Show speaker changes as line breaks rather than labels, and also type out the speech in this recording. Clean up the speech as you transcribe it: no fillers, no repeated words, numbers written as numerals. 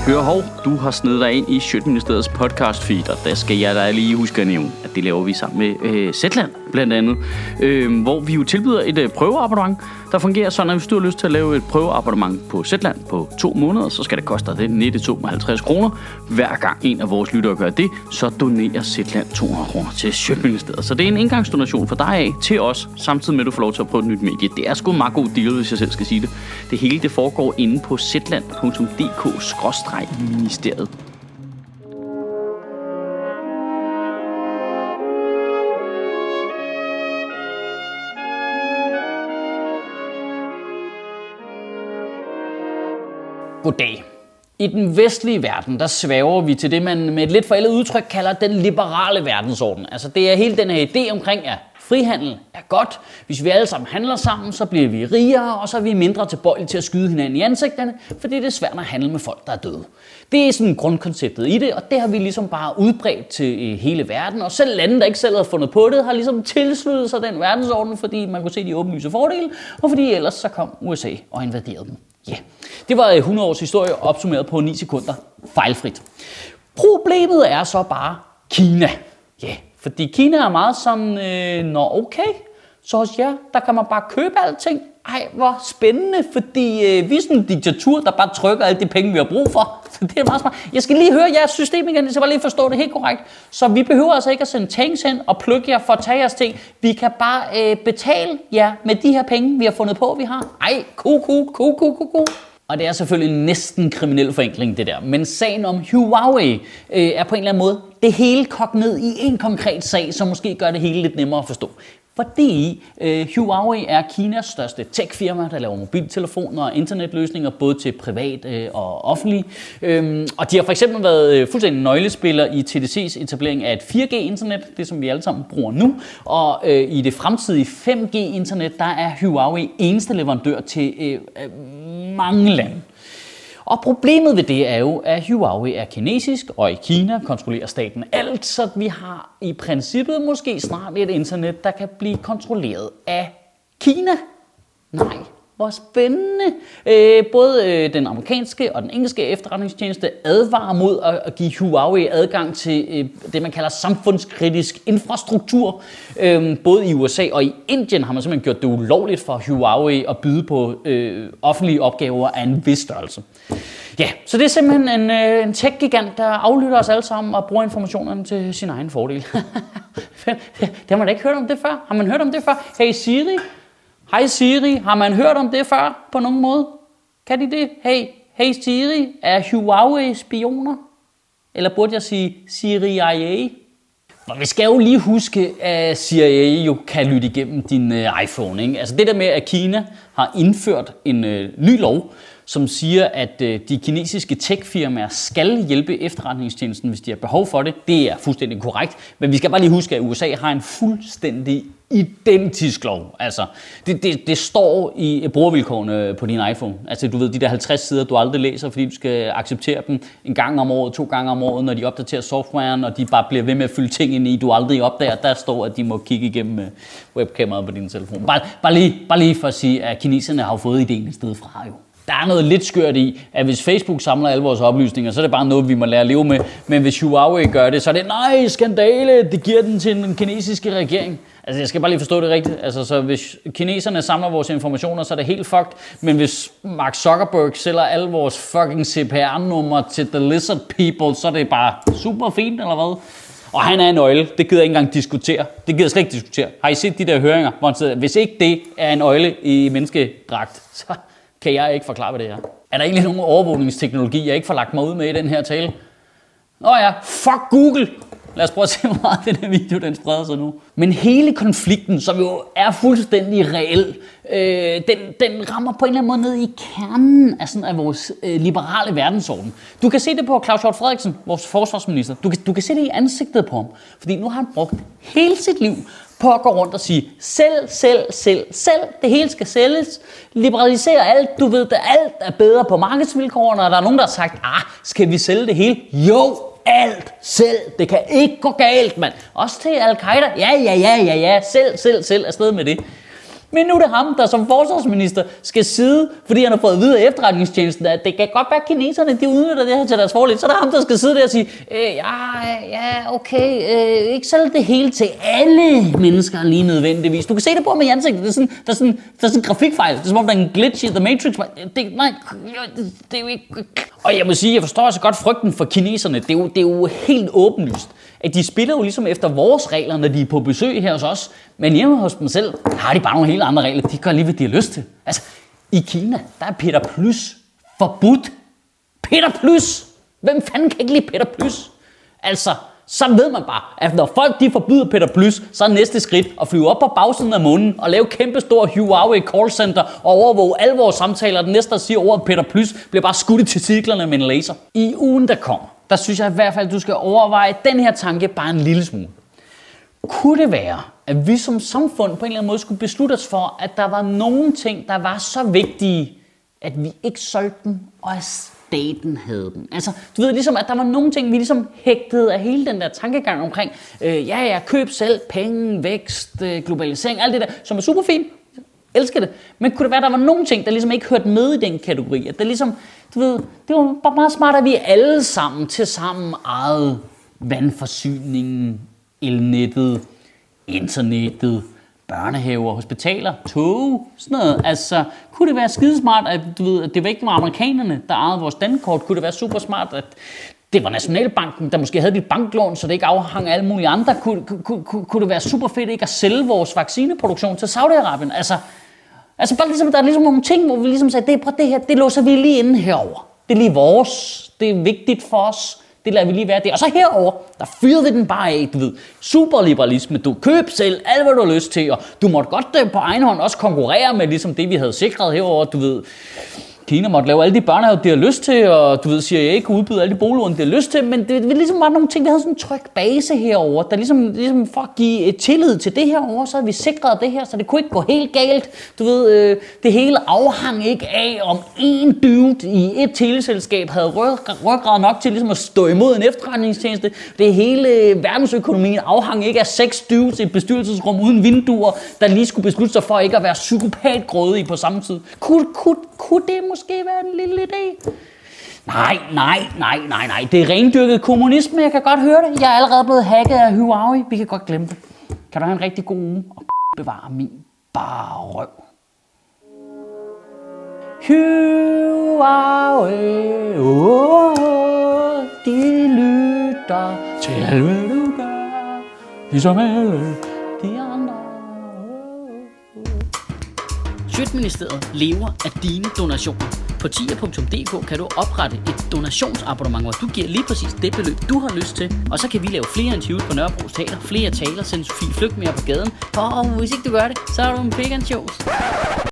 Hør hov, du har snedet dig ind i Sjøtministeriets podcast feed, og der skal jeg da lige huske at nævne, at det laver vi sammen med Zetland blandt andet, hvor vi jo tilbyder et prøveabonnement, der fungerer sådan, at hvis du har lyst til at lave et prøveabonnement på Zetland på 2 måneder, så skal det koste dig det 52 kroner. Hver gang en af vores lyttere gør det, så donerer Zetland 200 kroner til Sjøtministeriet. Så det er en engangsdonation fra dig af til os, samtidig med at du får lov til at prøve et nyt medie. Det er sgu en meget god deal, hvis jeg selv skal sige det. Det hele det foregår inde på zetland.dk/ministeriet. Goddag. I den vestlige verden, der svæver vi til det, man med et lidt forældet udtryk kalder den liberale verdensorden. Altså det er hele den her idé omkring, at frihandel er godt. Hvis vi alle sammen handler sammen, så bliver vi rigere, og så er vi mindre tilbøjelige til at skyde hinanden i ansigterne, fordi det er svært at handle med folk, der er døde. Det er sådan grundkonceptet i det, og det har vi ligesom bare udbredt til hele verden. Og selv lande, der ikke selv har fundet på det, har ligesom tilsluttet sig den verdensorden, fordi man kunne se de åbenlyse fordele, og fordi ellers så kom USA og invaderede dem. Ja, det var 100 års historie opsummeret på 9 sekunder fejlfrit. Problemet er så bare Kina. Ja, fordi Kina er meget sådan, okay, så hos jer, der kan man bare købe alting. Ej, hvor spændende, fordi vi er sådan en diktatur, der bare trykker alle de penge, vi har brug for. Så det er meget smart. Jeg skal lige høre jeres system igen, så jeg bare lige forstå det helt korrekt. Så vi behøver altså ikke at sende tanks hen og plukke jer for at tage jeres ting. Vi kan bare betale jer med de her penge, vi har fundet på, vi har. Ej, cool. Og det er selvfølgelig næsten en kriminel forenkling, det der. Men sagen om Huawei er på en eller anden måde det hele kogt ned i en konkret sag, som måske gør det hele lidt nemmere at forstå. Fordi Huawei er Kinas største tech-firma, der laver mobiltelefoner og internetløsninger, både til privat og offentlig. Og de har for eksempel været fuldstændig nøglespiller i TDC's etablering af et 4G-internet, det som vi alle sammen bruger nu. Og i det fremtidige 5G-internet, der er Huawei eneste leverandør til mange lande. Og problemet ved det er jo, at Huawei er kinesisk, og i Kina kontrollerer staten alt, så vi har i princippet måske snart et internet, der kan blive kontrolleret af Kina. Nej, hvor spændende. Både den amerikanske og den engelske efterretningstjeneste advarer mod at give Huawei adgang til det, man kalder samfundskritisk infrastruktur. Både i USA og i Indien har man simpelthen gjort det ulovligt for Huawei at byde på offentlige opgaver af en vis størrelse. Ja, så det er simpelthen en tech-gigant, der aflytter os alle sammen og bruger informationerne til sin egen fordel. Det har man da ikke hørt om det før. Har man hørt om det før? Hey Siri. Hej Siri, har man hørt om det før på nogen måde? Kan de det? Hey Siri, er Huawei spioner? Eller burde jeg sige CIA? Og vi skal jo lige huske, at CIA jo kan lytte igennem din iPhone, ikke? Altså det der med, at Kina har indført en ny lov, som siger, at de kinesiske tech-firmaer skal hjælpe efterretningstjenesten, hvis de har behov for det. Det er fuldstændig korrekt. Men vi skal bare lige huske, at USA har en fuldstændig identisk lov. Altså, det står i brugervilkårene på din iPhone. Altså, du ved, de der 50 sider, du aldrig læser, fordi du skal acceptere dem en gang om året, 2 gange om året, når de opdaterer softwaren, og de bare bliver ved med at fylde ting ind i, du aldrig opdager. Der står, at de må kigge igennem webkameraet på din telefon. Bare lige for at sige, at kineserne har fået ideen et sted fra jo. Der er noget lidt skørt i, at hvis Facebook samler alle vores oplysninger, så er det bare noget, vi må lære at leve med. Men hvis Huawei gør det, så er det, nej, skandale, det giver den til den kinesiske regering. Altså, jeg skal bare lige forstå det rigtigt. Altså, så hvis kineserne samler vores informationer, så er det helt fucked. Men hvis Mark Zuckerberg sælger alle vores fucking CPR-numre til the lizard people, så er det bare super fint, eller hvad? Og han er en øgle. Det gider jeg ikke engang diskutere. Det gider jeg slet ikke diskutere. Har I set de der høringer, hvor han sidder? Hvis ikke det er en øgle i menneskedragt, så kan jeg ikke forklare, hvad det er. Er der egentlig nogen overvågningsteknologi, jeg ikke får lagt mig ud med i den her tale? Nå ja, fuck Google! Lad os prøve at se, hvor meget den her video den spreder sig nu. Men hele konflikten, som jo er fuldstændig reel, den rammer på en eller anden måde ned i kernen af vores liberale verdensorden. Du kan se det på Claus Hjort Frederiksen, vores forsvarsminister. Du kan se det i ansigtet på ham. Fordi nu har han brugt hele sit liv på at gå rundt og sige, selv. Det hele skal sælges. Liberalisere alt. Du ved, at alt er bedre på markedsvilkårene. Og der er nogen, der har sagt, skal vi sælge det hele? Jo, alt selv. Det kan ikke gå galt, mand. Også til Al-Qaida. Ja. Selv. Afsted med det. Men nu er det ham, der som forsvarsminister skal sidde, fordi han har fået at vide af efterretningstjenesten, at det kan godt være, at kineserne de udnytter det her til deres fordel. Så er det ham, der skal sidde der og sige, okay, ikke selv det hele til alle mennesker lige nødvendigvis. Du kan se det på med i ansigtet. Der er sådan en grafikfejl. Det er som om, der er en glitch i The Matrix. Det er jo ikke... Og jeg må sige, jeg forstår altså godt frygten for kineserne. Det er jo helt åbenlyst, at de spiller jo ligesom efter vores regler, når de er på besøg her hos os. Men hjemme hos dem selv, har de bare nogle helt andre regler. De gør lige, hvad de har lyst til. Altså, i Kina, der er Peter Plys forbudt. Peter Plys! Hvem fanden kan ikke lide Peter Plys? Altså, så ved man bare, at når folk de forbyder Peter Plys, så er næste skridt at flyve op på bagsiden af månen og lave kæmpestor Huawei call center og overvåge alle vores samtaler. Den næste, der siger ordet Peter Plys, bliver bare skudt i testiklerne med en laser. I ugen, der kommer, der synes jeg i hvert fald, at du skal overveje den her tanke bare en lille smule. Kunne det være, at vi som samfund på en eller anden måde skulle beslutte os for, at der var nogle ting, der var så vigtige, at vi ikke solgte dem, og at staten havde dem. Altså, du ved ligesom, at der var nogle ting, vi ligesom hægtede af hele den der tankegang omkring, køb selv, penge, vækst, globalisering, alt det der, som er super fint. Elsker det. Men kunne det være, at der var nogle ting, der ligesom ikke hørte med i den kategori? At det ligesom, du ved, det var bare meget smart, at vi alle sammen til sammen ejede vandforsyningen, elnettet, internettet, børnehaver, hospitaler, tog, sådan noget. Altså, kunne det være skidesmart, at, du ved, at det var ikke amerikanerne, der ejede vores dankort? Kunne det være super smart, at det var Nationalbanken, der måske havde dit banklån, så det ikke afhang af alle mulige andre? Kunne det være super fedt ikke at sælge vores vaccineproduktion til Saudi-Arabien? Altså bare ligesom, der er ligesom nogle ting, hvor vi ligesom sagde, det her, det låser vi lige inde herover. Det er lige vores, det er vigtigt for os. Det lader vi lige være det. Og så herover, der fyrede vi den bare af, du ved. Superliberalisme, du køb selv alt, hvad du har lyst til, og du måtte godt på egen hånd også konkurrere med ligesom det, vi havde sikret herover, du ved. Kina måtte lave alle de børnehaver, de har lyst til, og du ved, CIA kunne udbyde alle de boliglån, de har lyst til, men det ligesom var nogle ting, vi havde sådan en tryg base herover, der ligesom for at give et tillid til det herover, så havde vi sikret det her, så det kunne ikke gå helt galt. Du ved, det hele afhang ikke af, om en dude i et teleselskab havde ryggrad nok til ligesom at stå imod en efterretningstjeneste. Det hele verdensøkonomien afhang ikke af 6 dudes i et bestyrelsesrum uden vinduer, der lige skulle beslutte sig for ikke at være psykopatgrådige på samme tid. Kunne det måske være en lille idé? Nej. Det er rendyrket kommunisme, jeg kan godt høre det. Jeg er allerede blevet hacket af Huawei. Vi kan godt glemme det. Kan du have en rigtig god uge og bevare min bare røv. Huawei, de lytter til hvad du gør, ligesom alle de andre. Sjøtministeriet lever af dine donationer. På tier.dk kan du oprette et donationsabonnement, hvor du giver lige præcis det beløb, du har lyst til. Og så kan vi lave flere interviews på Nørrebro Teater, flere taler, sende Sofie Flygt mere på gaden. Og hvis ikke du gør det, så er du en vegan shows.